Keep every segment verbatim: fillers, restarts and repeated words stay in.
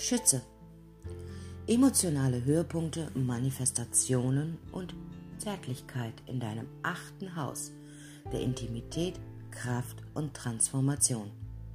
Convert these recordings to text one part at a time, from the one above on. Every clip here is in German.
Schütze. Emotionale Höhepunkte, Manifestationen und Zärtlichkeit in deinem achten Haus der Intimität, Kraft und Transformation.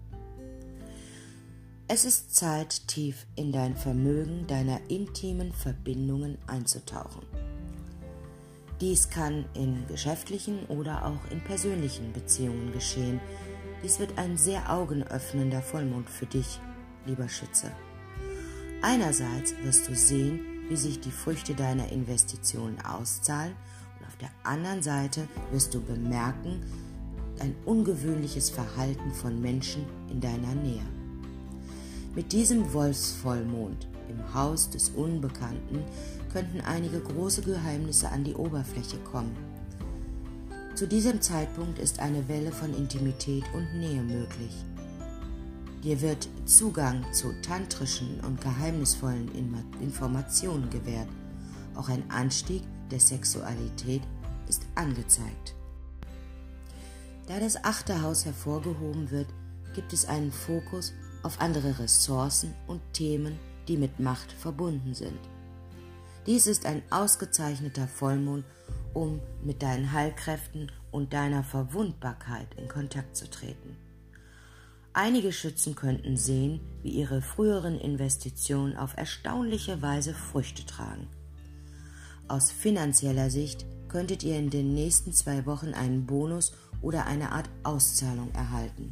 Es ist Zeit, tief in dein Vermögen deiner intimen Verbindungen einzutauchen. Dies kann in geschäftlichen oder auch in persönlichen Beziehungen geschehen. Dies wird ein sehr augenöffnender Vollmond für dich, lieber Schütze. Einerseits wirst du sehen, wie sich die Früchte deiner Investitionen auszahlen, und auf der anderen Seite wirst du bemerken, ein ungewöhnliches Verhalten von Menschen in deiner Nähe. Mit diesem Wolfsvollmond im Haus des Unbekannten könnten einige große Geheimnisse an die Oberfläche kommen. Zu diesem Zeitpunkt ist eine Welle von Intimität und Nähe möglich. Dir wird Zugang zu tantrischen und geheimnisvollen Informationen gewährt. Auch ein Anstieg der Sexualität ist angezeigt. Da das achte Haus hervorgehoben wird, gibt es einen Fokus auf andere Ressourcen und Themen, die mit Macht verbunden sind. Dies ist ein ausgezeichneter Vollmond, um mit deinen Heilkräften und deiner Verwundbarkeit in Kontakt zu treten. Einige Schützen könnten sehen, wie ihre früheren Investitionen auf erstaunliche Weise Früchte tragen. Aus finanzieller Sicht könntet ihr in den nächsten zwei Wochen einen Bonus oder eine Art Auszahlung erhalten.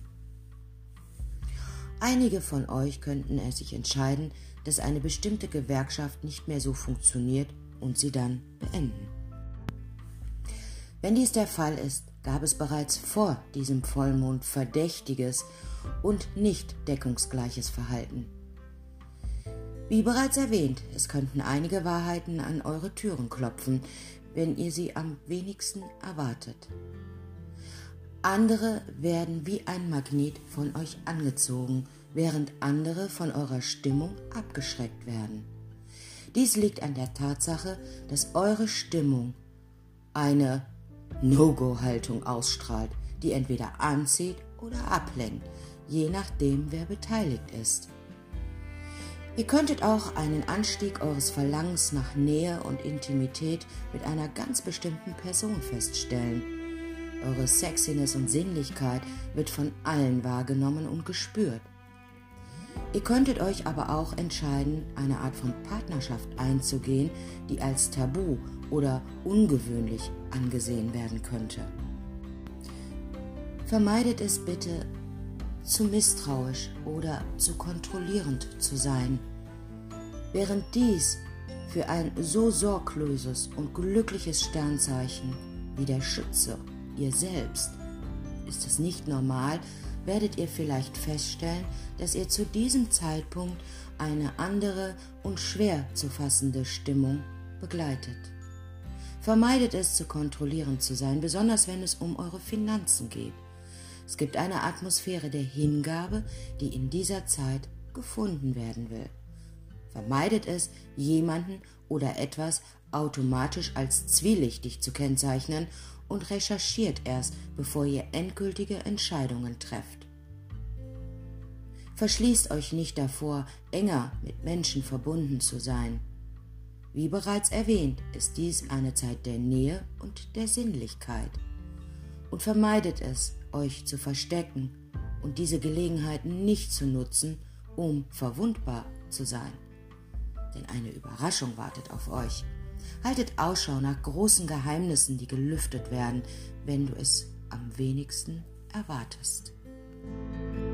Einige von euch könnten es sich entscheiden, dass eine bestimmte Gewerkschaft nicht mehr so funktioniert und sie dann beenden. Wenn dies der Fall ist, gab es bereits vor diesem Vollmond verdächtiges und nicht deckungsgleiches Verhalten. Wie bereits erwähnt, es könnten einige Wahrheiten an eure Türen klopfen, wenn ihr sie am wenigsten erwartet. Andere werden wie ein Magnet von euch angezogen, während andere von eurer Stimmung abgeschreckt werden. Dies liegt an der Tatsache, dass eure Stimmung eine No-Go-Haltung ausstrahlt, die entweder anzieht oder ablenkt, je nachdem, wer beteiligt ist. Ihr könntet auch einen Anstieg eures Verlangens nach Nähe und Intimität mit einer ganz bestimmten Person feststellen. Eure Sexiness und Sinnlichkeit wird von allen wahrgenommen und gespürt. Ihr könntet euch aber auch entscheiden, eine Art von Partnerschaft einzugehen, die als tabu oder ungewöhnlich angesehen werden könnte. Vermeidet es bitte, zu misstrauisch oder zu kontrollierend zu sein. Während dies für ein so sorgloses und glückliches Sternzeichen wie der Schütze, ihr selbst, ist es nicht normal, werdet ihr vielleicht feststellen, dass ihr zu diesem Zeitpunkt eine andere und schwer zu fassende Stimmung begleitet. Vermeidet es, zu kontrollierend zu sein, besonders wenn es um eure Finanzen geht. Es gibt eine Atmosphäre der Hingabe, die in dieser Zeit gefunden werden will. Vermeidet es, jemanden oder etwas automatisch als zwielichtig zu kennzeichnen und recherchiert erst, bevor ihr endgültige Entscheidungen trefft. Verschließt euch nicht davor, enger mit Menschen verbunden zu sein. Wie bereits erwähnt, ist dies eine Zeit der Nähe und der Sinnlichkeit. Und vermeidet es, euch zu verstecken und diese Gelegenheiten nicht zu nutzen, um verwundbar zu sein. Denn eine Überraschung wartet auf euch. Haltet Ausschau nach großen Geheimnissen, die gelüftet werden, wenn du es am wenigsten erwartest.